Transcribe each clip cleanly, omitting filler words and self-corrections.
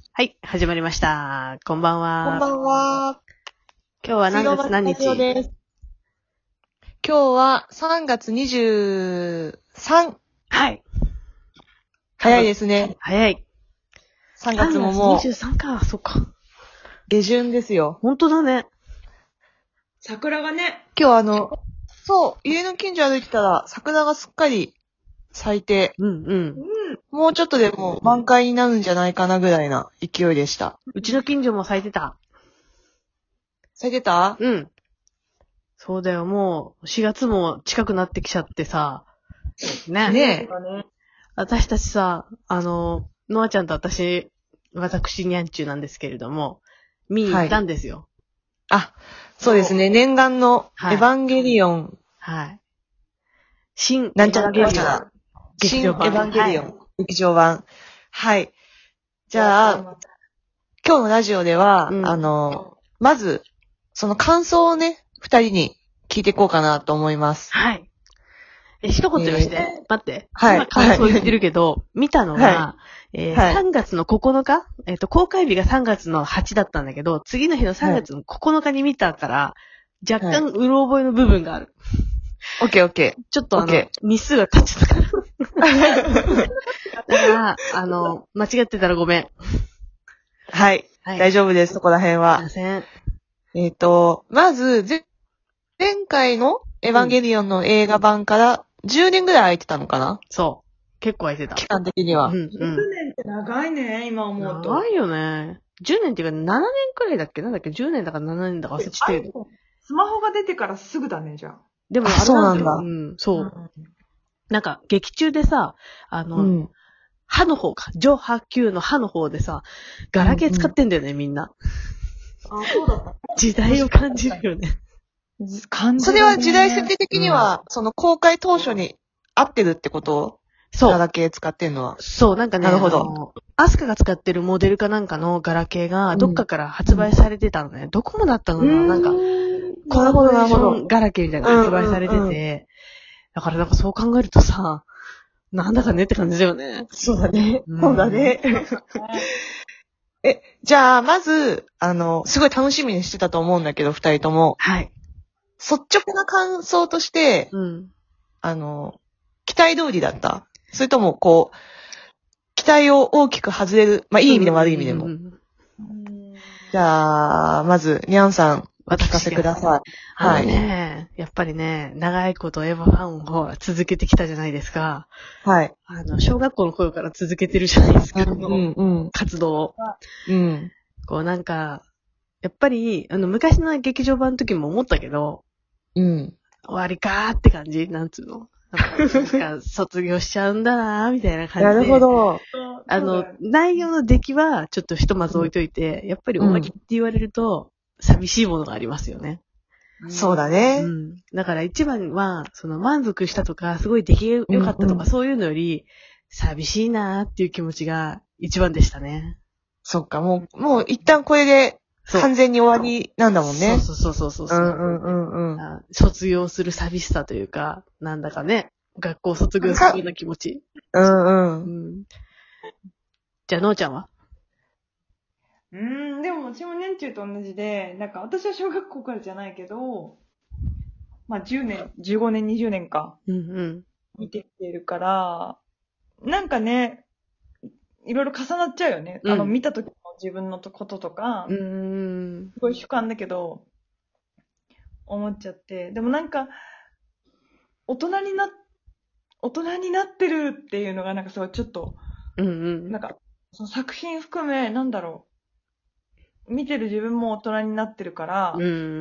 はい、始まりました。こんばんは。 こんばんは。 今日は何月何日？ です。今日は3月23。 はい。 早いですね。 早い。 3月ももう 3月23か。そっか。 下旬ですよ。 本当だね。 桜がね。 今日そう、家の近所歩いてたら桜がすっかり咲いて、もうちょっとでもう満開になるんじゃないかなぐらいな勢いでした。 うちの近所も咲いてた。 咲いてた？ うん。そうだよ、もう4月も近くなってきちゃってさ。ね。 ねえ。 私たちさ、ノアちゃんと私にゃんちゅうなんですけれども、見に行ったんですよ。 あ、そうですね。念願のはいエヴァンゲリオン。 はい。新なんちゃらエヴァンゲリオン新エヴ劇場版。 ァンゲリオン、劇場版。はい。じゃあ、今日のラジオでは、まず、その感想をね、二人に聞いていこうかなと思います。 はい。一言言わして。待って。 はい。 今感想言ってるけど、見たのが、3月の9日、公開日が3月の8だったんだけど、次の日の3月の9日に見たから、若干うろ覚えの部分がある。 オッケーオッケー。 ちょっと日数が経っちゃったから。だから、間違ってたらごめん。 はい。大丈夫です、そこら辺は。 すいません。 まず、前回のエヴァンゲリオンの映画版から10年ぐらい空いてたのかな？ そう。結構空いてた。 期間的には。 10年って長いね、今思うと。 長いよね。10年っていうか7年くらいだっけ？なんだっけ ?10 年だか7年だか忘れちゃってる。 スマホが出てからすぐだね、じゃあ。 でもあれなんだよ。そう。なんか、劇中でさ、歯の方か。上波級の歯の方でさ、ガラケー使ってんだよね、みんな。 あ、そうだった。 時代を感じるよね。 それは時代設定的には、その公開当初に合ってるってことそう。 ガラケー使ってんのは。 そう、なんかね、 なるほど。 アスカが使ってるモデルかなんかのガラケーが、どっかから発売されてたのね。どこもだったのかな、なんか、コラボレーションガラケーみたいなのが発売されてて、だからなんかそう考えるとさ、なんだかねって感じだよね。 そうだね。そうだね。じゃあ、まず、すごい楽しみにしてたと思うんだけど、二人とも。 はい。 率直な感想として、期待通りだった？それとも、期待を大きく外れる。まあ、いい意味でも悪い意味でも。じゃあ、まず、ニャンさん、お聞かせください。 はい。やっぱりね、長いことエヴァファンを続けてきたじゃないですか。 はい。 小学校の頃から続けてるじゃないですか、活動を。なんか、やっぱり、昔の劇場版の時も思ったけど、終わりかーって感じなんつうの。なんか、卒業しちゃうんだなーみたいな感じで。 なるほど。 内容の出来はちょっとひとまず置いといて、やっぱり終わりって言われると、寂しいものがありますよね。 そうだね。 だから一番は、満足したとか、すごい出来が良かったとか、そういうのより、寂しいなーっていう気持ちが一番でしたね。 そっか、もう一旦これで、完全に終わりなんだもんね。 そう。卒業する寂しさというか、なんだかね、学校卒業するような気持ち。じゃあ、のーちゃんは？ でも私も年中と同じで、なんか私は小学校からじゃないけど、まあ10年、15年、20年か。見てきてるから、なんかね、いろいろ重なっちゃうよね。見た時の自分のこととか、すごい主観だけど、思っちゃって。でもなんか、大人になってるっていうのがなんかそうちょっと、なんか、その作品含め、なんだろう。見てる自分も大人になってるから、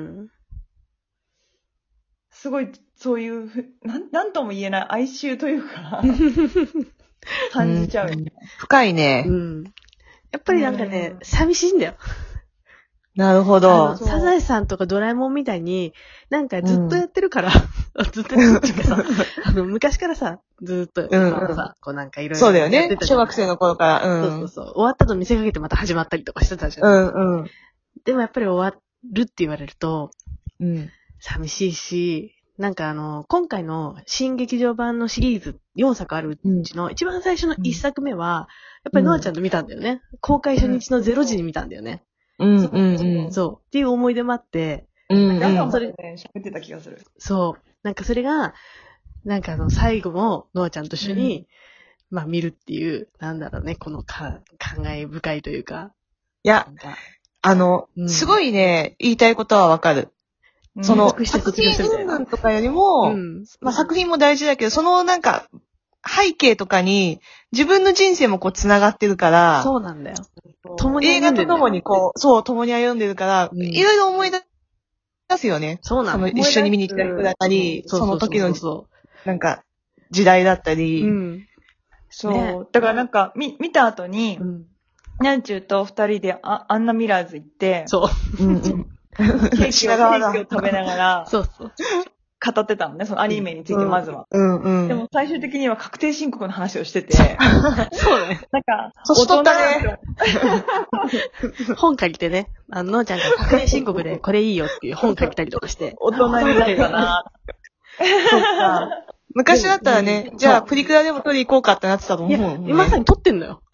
すごい、そういう、なんとも言えない哀愁というか、感じちゃう。 深いね。 やっぱりなんかね、寂しいんだよ。 なるほど。 サザエさんとかドラえもんみたいに、なんかずっとやってるから、ずっとやってるっていうかさ、昔からさ、ずっと、なんかいろいろ。 そうだよね。小学生の頃から。 そう。終わったと見せかけてまた始まったりとかしてたじゃん。でもやっぱり終わるって言われると、寂しいし、なんか今回の新劇場版のシリーズ4作あるうちの一番最初の1作目は、やっぱりノアちゃんと見たんだよね。 公開初日の0時に見たんだよね。そう。っていう思い出もあって、 それ喋ってた気がする。 そう。なんかそれが、なんか最後も、ノアちゃんと一緒に、まあ見るっていう、なんだろうね、この感慨深いというか。 いや、すごいね、言いたいことはわかる。その、作品云々とかよりも、まあ作品も大事だけど、そのなんか、背景とかに、自分の人生もこう繋がってるから、 そうなんだよ。 映画とともにこう、そう、共に歩んでるから、いろいろ思い出すよね。 そうなんだ。 一緒に見に来た人だったり、その時の、なんか、時代だったり。 そう。だからなんか、見た後に、にゃんちゅうと二人でアンナミラーズ行って、 そう。 ケーキを食べながら、 そうそう。 語ってたのね、そのアニメについてまずは。でも最終的には確定申告の話をしてて。 そうね。 なんか、 そしとったね。 本書いてね、のーちゃんが確定申告でこれいいよっていう本書いたりとかして。 大人になったな。 そっか。昔だったらね、じゃあプリクラでも撮り行こうかってなってたと思うもんね。 まさに撮ってんのよ。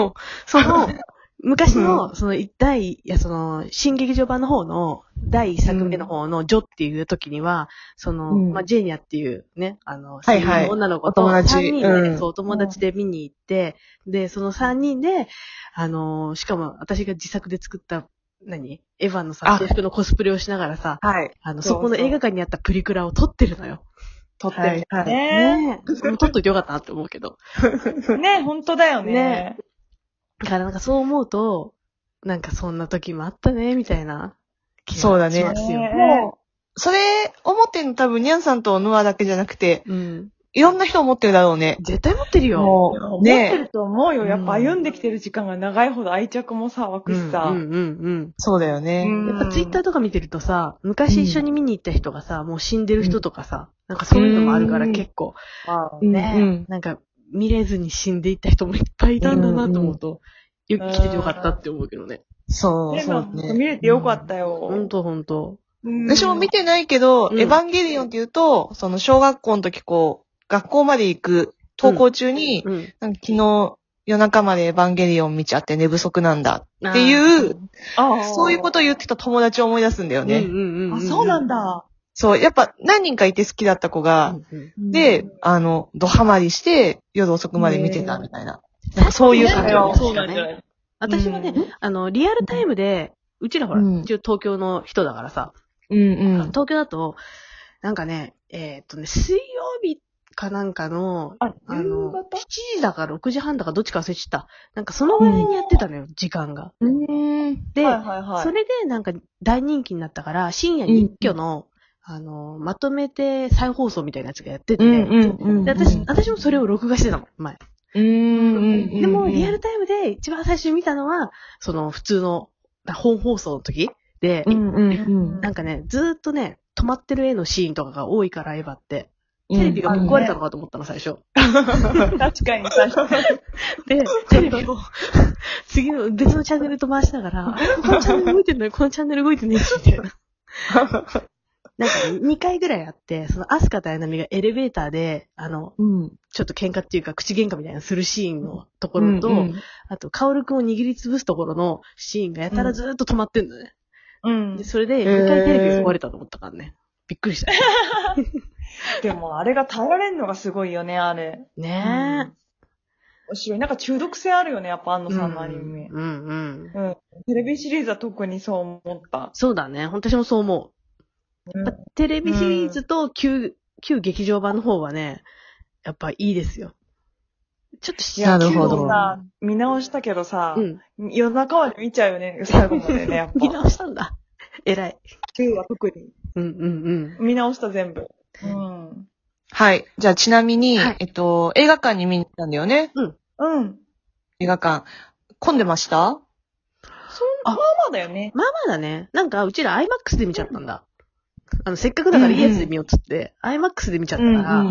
昔の、新劇場版の方の、第1作目の方のジョっていう時には、まあ、ジェニアっていうね、女の子と3人で、そう、友達で見に行って、で、その3人で、しかも私が自作で作った、エヴァのさ、制服のコスプレをしながらさ、そこの映画館にあったプリクラを撮ってるのよ。 撮ってる。 ねえ。撮っといてよかったなって思うけど。 ねえ、ほんとだよね。 だからなんかそう思うと、なんかそんな時もあったね、みたいな気がしますよ。 もう、それ思ってるの多分ニャンさんとノアだけじゃなくて、いろんな人思ってるだろうね。 絶対持ってるよ。 思ってると思うよ。やっぱ歩んできてる時間が長いほど愛着もさ、湧くしさ。 そうだよね。 やっぱツイッターとか見てるとさ、昔一緒に見に行った人がさ、もう死んでる人とかさ、なんかそういうのもあるから結構、ね、なんか見れずに死んでいった人もいっぱいいたんだなと思うと、生きててよかったって思うけどね。 そうね。 見れてよかったよ。 ほんと。 私も見てないけど、エヴァンゲリオンって言うと、その小学校の時こう、学校まで行く登校中に、なんか昨日夜中までエヴァンゲリオン見ちゃって寝不足なんだっていう、そういうことを言ってた友達を思い出すんだよね。 そうなんだ。 そう、やっぱ何人かいて好きだった子が、で、ドハマりして夜遅くまで見てたみたいな。なんかそういう感じはそうなんじゃない。私はね、リアルタイムで、うちらほら、一応東京の人だからさ、東京だと、なんかね、水曜日かなんかの、7時だか6時半だかどっちか忘れちゃった。なんかそのぐらいにやってたのよ、時間が。で、それでなんか大人気になったから、深夜に一挙の、まとめて再放送みたいなやつがやってて、で、私もそれを録画してたの、前。でも、リアルタイムで一番最初に見たのは、普通の本放送の時で、なんかね、ずーっとね、止まってる絵のシーンとかが多いから、エヴァって。テレビが壊れたのかと思ったの、最初。 確かに。 で、テレビを、次の別のチャンネルと回しながら、このチャンネル動いてんのよ、このチャンネル動いてねえし、みたいな。なんか2回ぐらいあって、アスカとアヤナミがエレベーターで、ちょっと喧嘩っていうか、口喧嘩みたいなするシーンのところと、あと、カオルくんを握りつぶすところのシーンがやたらずーっと止まってんのね。で、それで2回テレビが壊れたと思ったからね。びっくりした。 でも、あれが耐えられるのがすごいよね、あれ。 ねえ。 面白い。なんか中毒性あるよね、やっぱ安野さんのアニメ。テレビシリーズは特にそう思った。 そうだね。私もそう思う。テレビシリーズと旧劇場版の方はね、やっぱいいですよ。ちょっとなるほど。 見直したけどさ、夜中まで見ちゃうよね、最後までね、やっぱ。 見直したんだ。偉い。 旧は特に。見直した全部。 はい。じゃあちなみに、映画館に見に行ったんだよね。映画館。混んでました？ まあまあだよね。 まあまあだね。なんか、うちら IMAX で見ちゃったんだ。せっかくだからいいやつで見ようっつって、IMAX で見ちゃったから、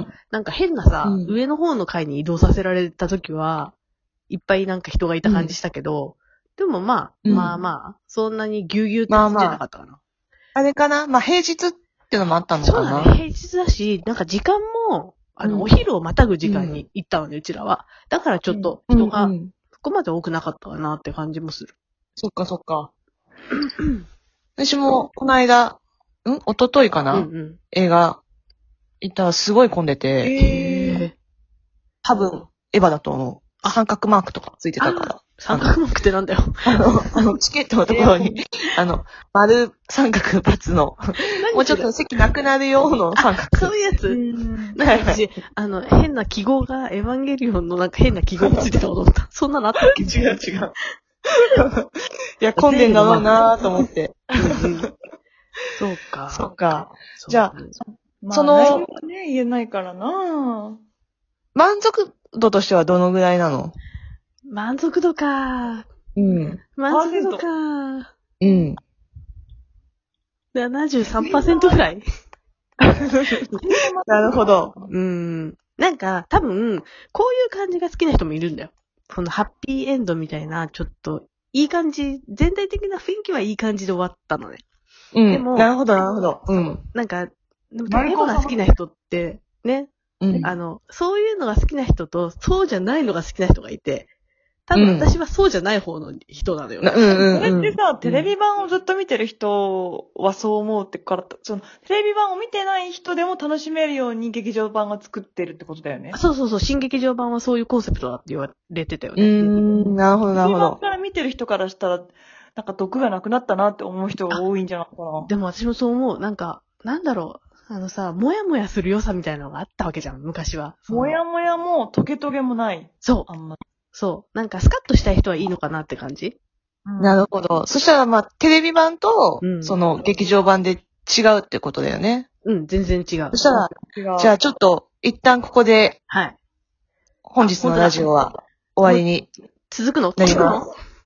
なんか変なさ、上の方の階に移動させられた時は、いっぱいなんか人がいた感じしたけど、でもまあ、そんなにぎゅうぎゅうって感じじゃなかったかな。 あれかな？まあ平日っていうのもあったのかな？ そうだね、平日だし、なんか時間も、お昼をまたぐ時間に行ったのね、うちらは。だからちょっと人がこまで多くなかったかなって感じもする。 そっかそっか。私も、この間、一昨日かな、映画、行ったらすごい混んでて、多分、エヴァだと思う。三角マークとかついてたから。 三角マークってなんだよ。 チケットのところに、丸三角×の、もうちょっと席なくなるような三角。 そういうやつなんか私、変な記号が、エヴァンゲリオンのなんか変な記号がついてたと思った。そんなのあったっけ？ 違う。いや、混んでんだろうなと思って。 そうか。 そうか。じゃあ、 その、ね、言えないからな満足度としてはどのぐらいなの？ 満足度か。満足度か。73% ぐらい。 なるほど。 なんか、多分、こういう感じが好きな人もいるんだよ。このハッピーエンドみたいな、ちょっと、いい感じ、全体的な雰囲気はいい感じで終わったのね。 でも、なるほど。 なんか、でも、エヴァが好きな人って、ね、そういうのが好きな人と、そうじゃないのが好きな人がいて、多分私はそうじゃない方の人なのよ。 それってさ、テレビ版をずっと見てる人はそう思うってから、テレビ版を見てない人でも楽しめるように劇場版が作ってるってことだよね。 そう、新劇場版はそういうコンセプトだって言われてたよね。 なるほど。テレビ版から見てる人からしたら、なんか毒がなくなったなって思う人が多いんじゃないかな。 でも私もそう思う。なんか、なんだろう。もやもやする良さみたいなのがあったわけじゃん、昔は。 もやもやもトゲトゲもない。 そう。 あんまり。 そう。なんかスカッとしたい人はいいのかなって感じ？ なるほど。そしたらテレビ版と、その劇場版で違うってことだよね。 全然違う。 そしたら、じゃあちょっと、一旦ここで、 はい。 本日のラジオは終わりに。 続くの？ なります。